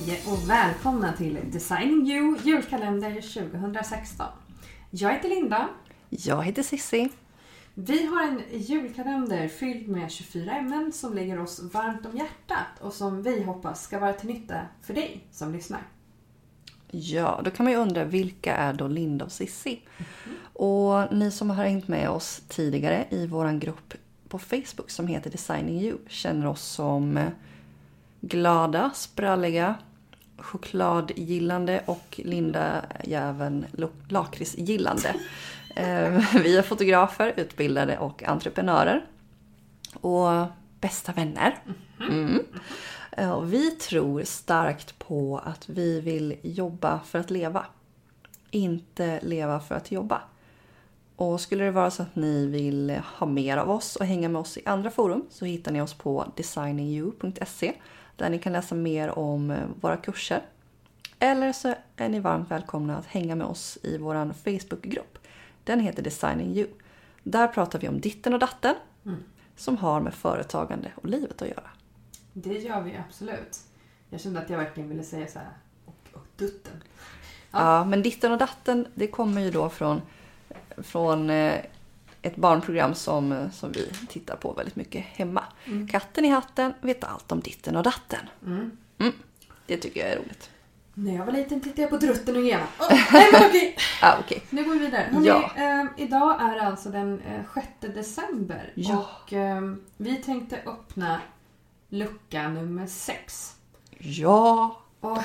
Hej och välkomna till Designing You julkalender 2016. Jag heter Linda. Jag heter Sissi. Vi har en julkalender fylld med 24 ämnen som ligger oss varmt om hjärtat och som vi hoppas ska vara till nytta för dig som lyssnar. Ja, då kan man ju undra vilka är då Linda och Sissi? Och ni som har hängt med oss tidigare i våran grupp på Facebook som heter Designing You känner oss som glada, spralliga, chokladgillande och Linda även lakritsgillande. Vi är fotografer, utbildade och entreprenörer. Och bästa vänner. Och vi tror starkt på att vi vill jobba för att leva. Inte leva för att jobba. Och skulle det vara så att ni vill ha mer av oss och hänga med oss i andra forum så hittar ni oss på designingyou.se där ni kan läsa mer om våra kurser. Eller så är ni varmt välkomna att hänga med oss i vår Facebookgrupp. Den heter Designing You. Där pratar vi om ditten och datten som har med företagande och livet att göra. Det gör vi absolut. Jag kände att jag verkligen ville säga så här och dutten. Ja, men ditten och datten det kommer ju då från ett barnprogram som vi tittar på väldigt mycket hemma. Katten i hatten vet allt om ditten och datten. Det tycker jag är roligt. När jag var liten tittade jag på drutten och Eva. Nej men okej. Okej. Nu går vi vidare. Idag är det alltså den 6 december. Ja. Och vi tänkte öppna lucka nummer 6. Ja. Och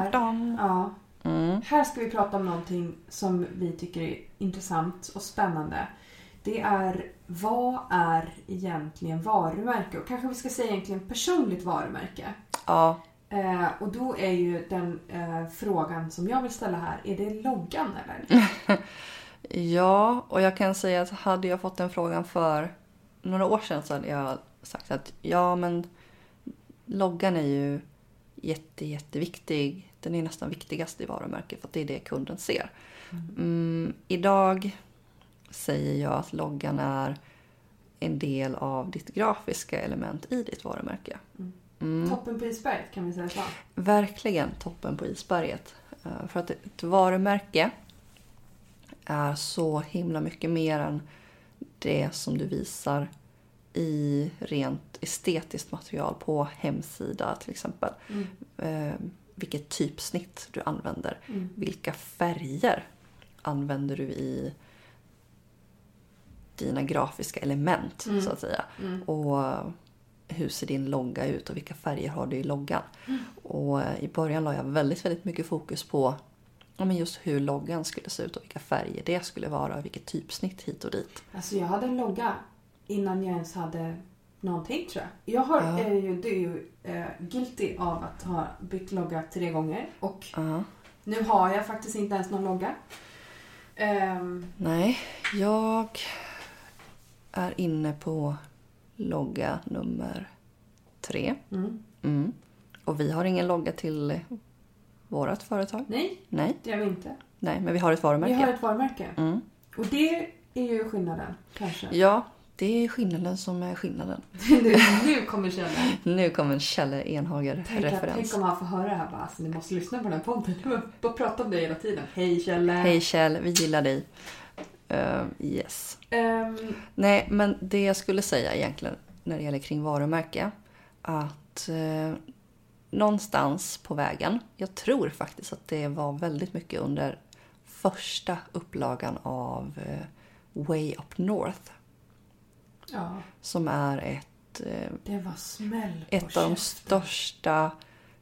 här ska vi prata om någonting som vi tycker är intressant och spännande. Det är, vad är egentligen varumärke? Och kanske vi ska säga egentligen personligt varumärke. Ja. Och då är ju den frågan som jag vill ställa här, är det loggan eller? Ja, och jag kan säga att hade jag fått den frågan för några år sedan så hade jag sagt att ja, men loggan är ju jätteviktig. Den är nästan viktigast i varumärket för att det är det kunden ser. Idag säger jag att loggan är en del av ditt grafiska element i ditt varumärke. Toppen på isberget kan vi säga så. Verkligen toppen på isberget. För att ett varumärke är så himla mycket mer än det som du visar i rent estetiskt material på hemsida till exempel. Vilket typsnitt du använder. Vilka färger använder du i dina grafiska element så att säga. Och hur ser din logga ut och vilka färger har du i loggan. Och i början la jag väldigt mycket fokus på just hur loggan skulle se ut och vilka färger det skulle vara och vilket typsnitt hit och dit. Alltså jag hade en logga innan jag ens hade någonting tror jag. Jag är ju guilty av att ha bytt logga 3 gånger och nu har jag faktiskt inte ens någon logga. Nej, jag är inne på logga nummer 3. Och vi har ingen logga till vårt företag. Nej, det gör vi inte. Nej, men vi har ett varumärke. Vi har ett varumärke. Och det är ju skillnaden, kanske. Ja, det är skillnaden som är skillnaden. Nu kommer Kjelle. Nu kommer Kjelle Enhager-referens. Tänk om han får höra det här bara. Alltså, ni måste lyssna på den här podden. Du bara prata om det hela tiden. Hej Kjelle. Hej Kjell, vi gillar dig. Yes. Nej, men det jag skulle säga egentligen när det gäller kring varumärke att någonstans på vägen, jag tror faktiskt att det var väldigt mycket under första upplagan av Way Up North. Ja. Som är det var smäll på ett av de största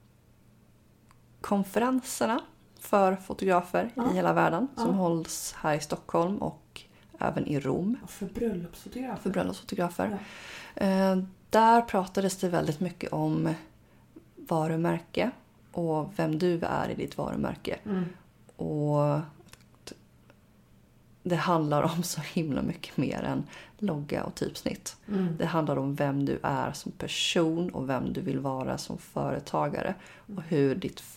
konferenserna för fotografer i hela världen som hålls här i Stockholm och även i Rom. Och för bröllopsfotografer. Ja. Där pratades det väldigt mycket om varumärke och vem du är i ditt varumärke. Och det handlar om så himla mycket mer än logga och typsnitt. Det handlar om vem du är som person och vem du vill vara som företagare. Och hur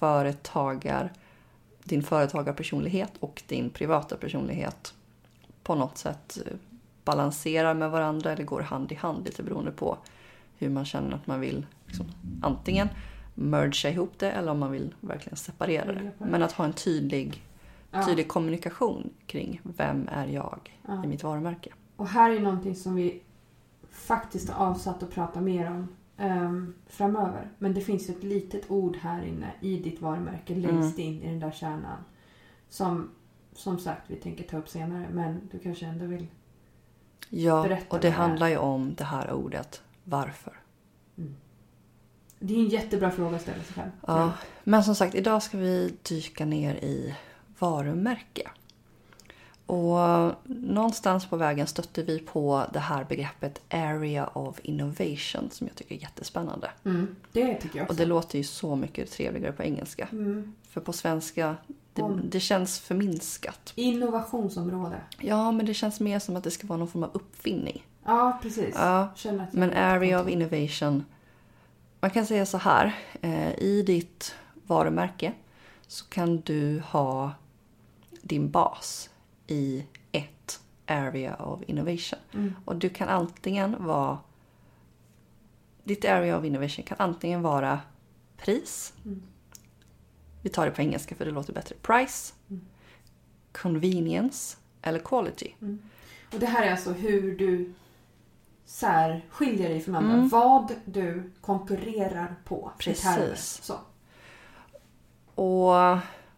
din företagarpersonlighet och din privata personlighet på något sätt balanserar med varandra eller går hand i hand lite beroende på hur man känner att man vill antingen mergea ihop det eller om man vill verkligen separera det. Men att ha en tydlig kommunikation kring vem är jag i mitt varumärke. Och här är någonting som vi faktiskt har avsatt att prata mer om framöver. Men det finns ett litet ord här inne i ditt varumärke längst in i den där kärnan. Som sagt, vi tänker ta upp senare. Men du kanske ändå vill berätta. Och det handlar ju om det här ordet. Varför? Det är en jättebra fråga att ställa sig själv. Ja, men som sagt, idag ska vi dyka ner i varumärke. Och någonstans på vägen stötte vi på det här begreppet Area of Innovation som jag tycker är jättespännande. Det tycker jag också. Och det låter ju så mycket trevligare på engelska. För på svenska, det känns förminskat. Innovationsområde. Ja, men det känns mer som att det ska vara någon form av uppfinning. Ja, precis. Ja, men Area of Innovation, man kan säga så här. I ditt varumärke så kan du ha din bas i ett Area of Innovation. Och du kan antingen vara... Ditt Area of Innovation kan antingen vara pris. Vi tar det på engelska för det låter bättre. Price. Convenience. Eller quality. Och det här är alltså hur du skiljer dig från andra. Vad du konkurrerar på. Precis. Så. Och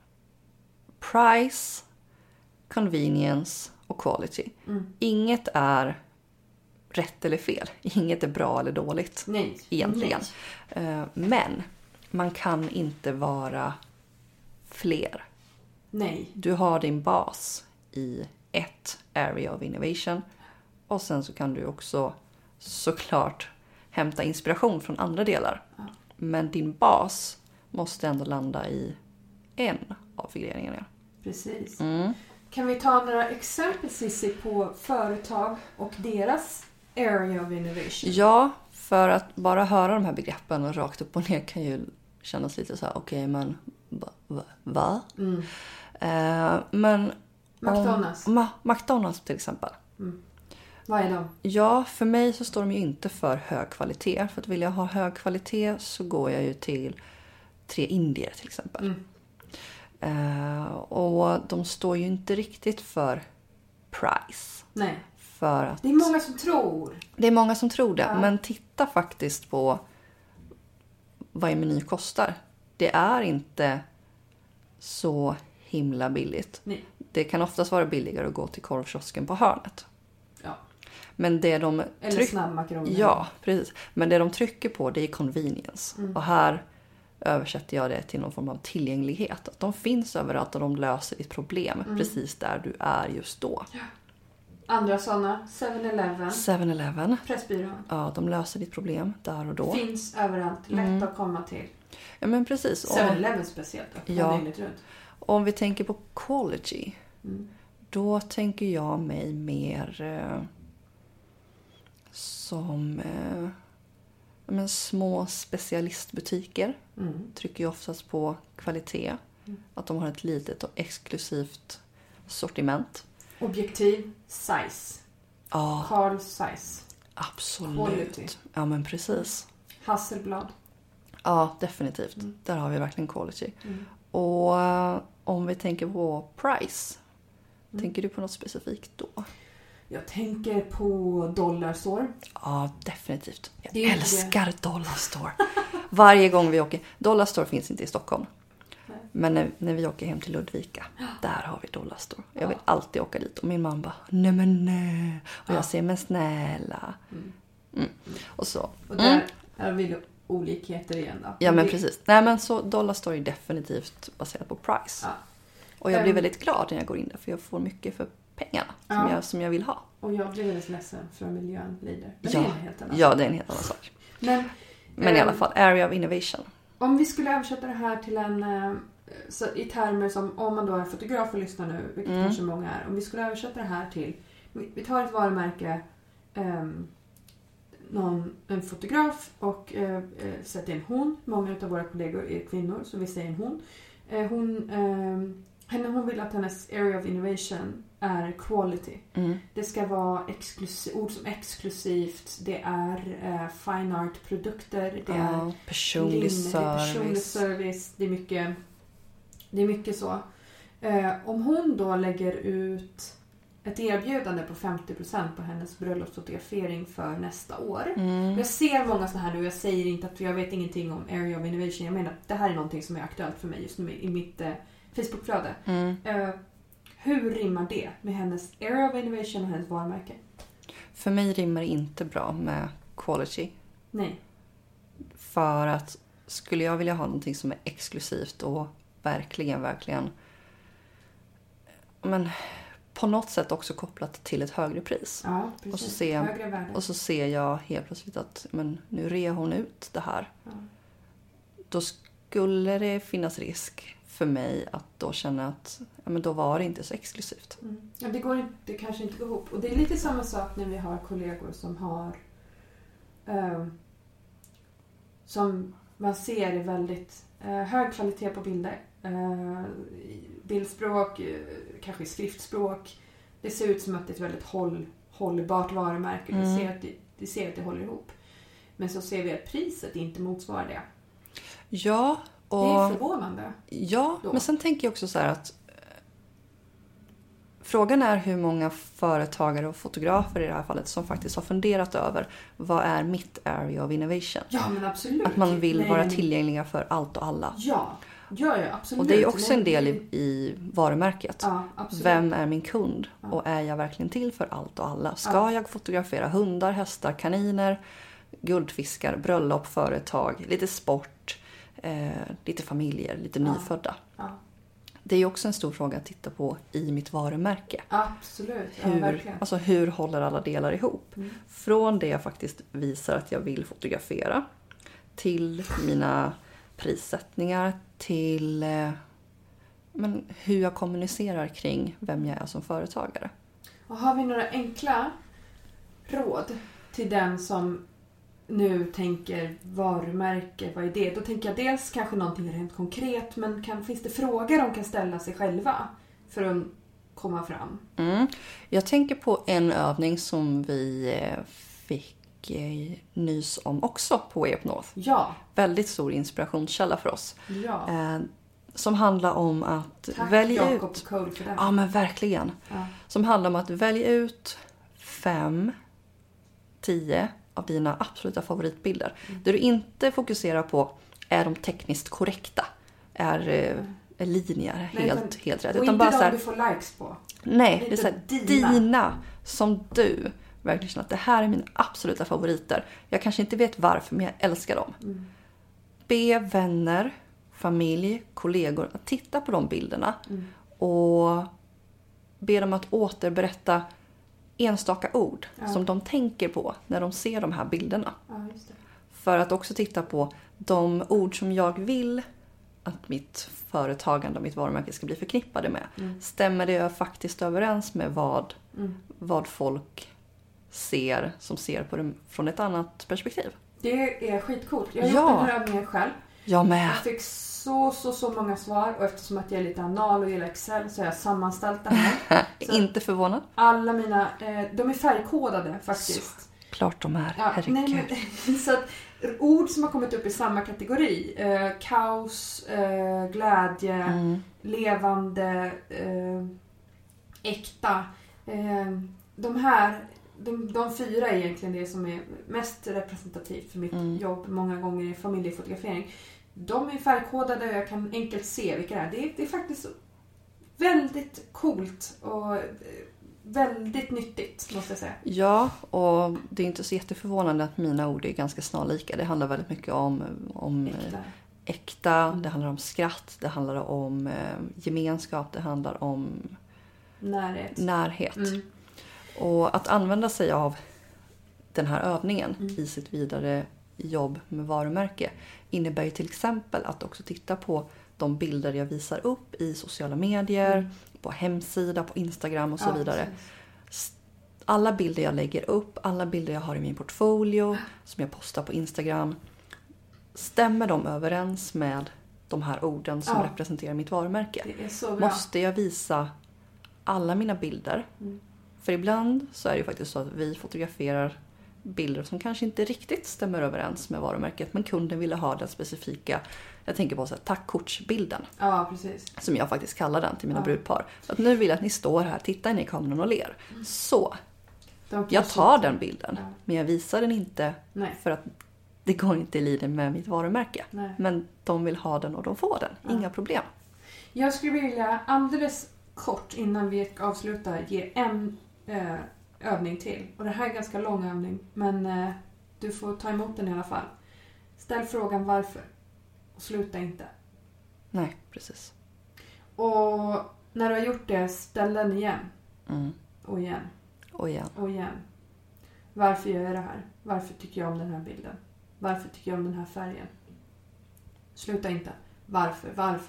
price, convenience och quality. Inget är rätt eller fel. Inget är bra eller dåligt. Nej. Egentligen. Men man kan inte vara fler. Nej. Du har din bas i ett Area of Innovation. Och sen så kan du också såklart hämta inspiration från andra delar. Men din bas måste ändå landa i en av förgreningarna. Precis. Kan vi ta några exempel, Cissi, på företag och deras Area of Innovation? Ja, för att bara höra de här begreppen rakt upp och ner kan ju kännas lite så här, okej, men va? Men McDonald's. McDonald's till exempel. Vad är de? Ja, för mig så står de ju inte för hög kvalitet. För att vill jag ha hög kvalitet så går jag ju till 3 indier till exempel. Och de står ju inte riktigt för price. Nej. För att det är många som tror. Det är många som tror det. Men titta faktiskt på vad en meny kostar. Det är inte så himla billigt. Nej. Det kan oftast vara billigare att gå till korvkiosken på hörnet. Ja. Men det de eller snabbmakaroner. Ja, precis. Men det de trycker på, det är convenience. Och här översätter jag det till någon form av tillgänglighet. Att de finns överallt och de löser ditt problem precis där du är just då. Ja. Andra sådana, 7-Eleven. 7-Eleven. Pressbyrån. Ja, de löser ditt problem där och då. Finns överallt, lätt att komma till. Ja, men precis. 7-Eleven speciellt, dygnet runt. Om vi tänker på quality, då tänker jag mig mer som små specialistbutiker. Trycker ju oftast på kvalitet. Att de har ett litet och exklusivt sortiment. Objektiv, size. Ja. Carl size. Absolut. Quality. Ja, men precis. Hasselblad. Ja, definitivt. Där har vi verkligen quality. Och om vi tänker på price, tänker du på något specifikt då? Jag tänker på Dollar Store. Ja, definitivt. Jag älskar Dollar Store. Varje gång vi åker. Dollar Store finns inte i Stockholm. Nej. Men när vi åker hem till Ludvika, där har vi Dollar Store. Jag vill alltid åka dit. Och min mamma bara, nej. Och jag säger, men snälla. Och så. Och där är vi olikheter igen då. Ja, men precis. Nej, men så Dollar Store är definitivt baserat på price. Ja. Och jag blir väldigt glad när jag går in där. För jag får mycket för pengarna som jag vill ha. Och jag blir väldigt ledsen för miljön lider. Men det är en helt annan sak. Ja, det är en helt annan sak. Men i alla fall, Area of Innovation. Om vi skulle översätta det här till i termer som, om man då är fotograf och lyssnar nu, vilket kanske många är. Om vi skulle översätta det här till, vi tar ett varumärke, en fotograf och sätter en hon. Många av våra kollegor är kvinnor, så vi säger en hon. Hon vill att hennes Area of Innovation är quality. Det ska vara ord som exklusivt. Det är fine art-produkter. Det är personlig service. Det är mycket så. Om hon då lägger ut ett erbjudande på 50% på hennes bröllopsfotografering för nästa år. Jag ser många sådana här nu. Jag säger inte att jag vet ingenting om Area of Innovation. Jag menar att det här är någonting som är aktuellt för mig just nu i mitt Facebookflöde. Hur rimmar det med hennes Area of Innovation och hennes varumärke? För mig rimmar det inte bra med quality. Nej. För att skulle jag vilja ha någonting som är exklusivt och verkligen men på något sätt också kopplat till ett högre pris. Ja, precis. Och så ser jag helt plötsligt att men nu rear hon ut det här. Ja. Då skulle det finnas risk för mig att då känna att men då var det inte så exklusivt. Ja, det kanske inte går ihop. Och det är lite samma sak när vi har kollegor som har som man ser är väldigt hög kvalitet på bilder. Bildspråk, kanske skriftspråk. Det ser ut som att det är ett väldigt hållbart varumärke. Det ser att det håller ihop. Men så ser vi att priset inte motsvarar det. Ja. Och, det är förvånande. Ja, då. Men sen tänker jag också så här att frågan är hur många företagare och fotografer i det här fallet som faktiskt har funderat över vad är mitt area of innovation. Ja, men absolut. Att man vill vara tillgängliga för allt och alla. Ja, absolut. Och det är också en del i varumärket. Ja, absolut. Vem är min kund? Ja. Och är jag verkligen till för allt och alla? Ska jag fotografera hundar, hästar, kaniner, guldfiskar, bröllop, företag, lite sport, lite familjer, lite nyfödda? Ja. Det är också en stor fråga att titta på i mitt varumärke. Absolut, verkligen. Alltså hur håller alla delar ihop? Från det jag faktiskt visar att jag vill fotografera till mina prissättningar, till hur jag kommunicerar kring vem jag är som företagare. Och har vi några enkla råd till den som nu tänker varumärke, vad är det? Då tänker jag dels kanske någonting rent konkret, men finns det frågor de kan ställa sig själva för att komma fram? Jag tänker på en övning som vi fick nys om också på Way Up North. Ja. Väldigt stor inspirationskälla för oss. Ja. Som handlar om att välja ut... Cole för det. Ja, men verkligen. Ja. Som handlar om att välja ut 5-10 av dina absoluta favoritbilder. Där du inte fokuserar på är de tekniskt korrekta? Är linjer helt rätt? Och utan inte bara de så här, du får likes på. Nej, det är så här, dina som du verkligen känner att det här är mina absoluta favoriter. Jag kanske inte vet varför, men jag älskar dem. Be vänner, familj, kollegor att titta på de bilderna och be dem att återberätta enstaka ord som de tänker på när de ser de här bilderna. Ja, just det. För att också titta på de ord som jag vill att mitt företagande och mitt varumärke ska bli förknippade med. Stämmer det faktiskt överens med vad folk ser som ser på det från ett annat perspektiv? Det är skitcoolt. Jag har gjort den här övningen själv. Jag med. Jag fick så många svar och eftersom att jag är lite anal och gillar Excel så har jag sammanställt det här. Inte förvånad. Alla mina, de är färgkodade faktiskt. Klart de är, herregud. Så att ord som har kommit upp i samma kategori. Kaos, glädje, levande, äkta. De 4 är egentligen det som är mest representativt för mitt jobb många gånger i familjefotografering. De är färgkodade och jag kan enkelt se vilka det är. Det är faktiskt väldigt coolt och väldigt nyttigt, måste jag säga. Ja, och det är inte så jätteförvånande att mina ord är ganska snarlika. Det handlar väldigt mycket om äkta, det handlar om skratt, det handlar om gemenskap, det handlar om närhet. Och att använda sig av den här övningen i sitt vidare jobb med varumärke innebär ju till exempel att också titta på de bilder jag visar upp i sociala medier, på hemsida, på Instagram och så vidare. Alla bilder jag lägger upp, alla bilder jag har i min portfolio som jag postar på Instagram, stämmer de överens med de här orden som representerar mitt varumärke? Det är så bra. Måste jag visa alla mina bilder. För ibland så är det ju faktiskt så att vi fotograferar bilder som kanske inte riktigt stämmer överens med varumärket. Men kunden ville ha den specifika, jag tänker på så här, tackkortsbilden. Ja, precis. Som jag faktiskt kallar den till mina brudpar. Så att nu vill jag att ni står här, tittar in i kameran och ler. Så, jag tar den bilden. Ja. Men jag visar den inte. Nej. För att det går inte i linje med mitt varumärke. Nej. Men de vill ha den och de får den. Ja. Inga problem. Jag skulle vilja alldeles kort innan vi avslutar ge en övning till. Och det här är en ganska lång övning. Men du får ta emot den i alla fall. Ställ frågan varför. Och sluta inte. Nej, precis. Och när du har gjort det, ställ den igen. Och igen. Och igen. Och igen. Varför gör jag det här? Varför tycker jag om den här bilden? Varför tycker jag om den här färgen? Sluta inte. Varför?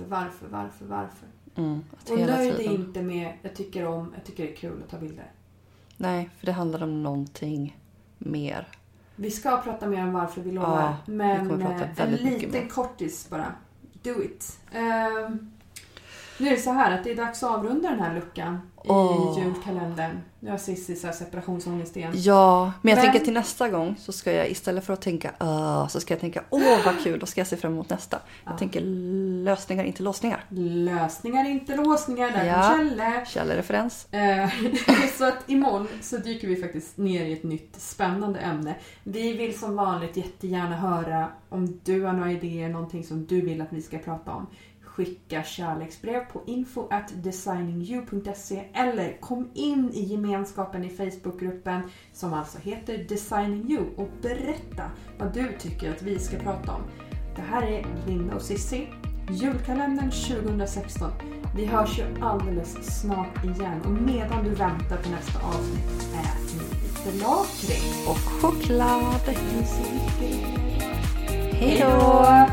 Och nöj dig inte med jag tycker det är kul att ta bilder. Nej, för det handlar om någonting mer. Vi ska prata mer om varför vi lovar. Ja, men en liten kortis bara. Do it. Nu är det så här att det är dags att avrunda den här luckan i julkalendern. Nu har Cissi så här separationsångest igen. Ja, men jag tänker till nästa gång så ska jag istället för att tänka så ska jag tänka vad kul, då ska jag se fram emot nästa. Jag tänker lösningar, inte låsningar. Lösningar, inte låsningar. Där kom Källe-referens. Så att imorgon så dyker vi faktiskt ner i ett nytt spännande ämne. Vi vill som vanligt jättegärna höra om du har några idéer, någonting som du vill att vi ska prata om. Skicka kärleksbrev på info@designingyou.se eller kom in i gemenskapen i Facebookgruppen som alltså heter Designing You och berätta vad du tycker att vi ska prata om. Det här är Linda och Cissi, julkalendern 2016. Vi hörs ju alldeles snart igen och medan du väntar på nästa avsnitt ät lite lakrits och choklad. Hej då!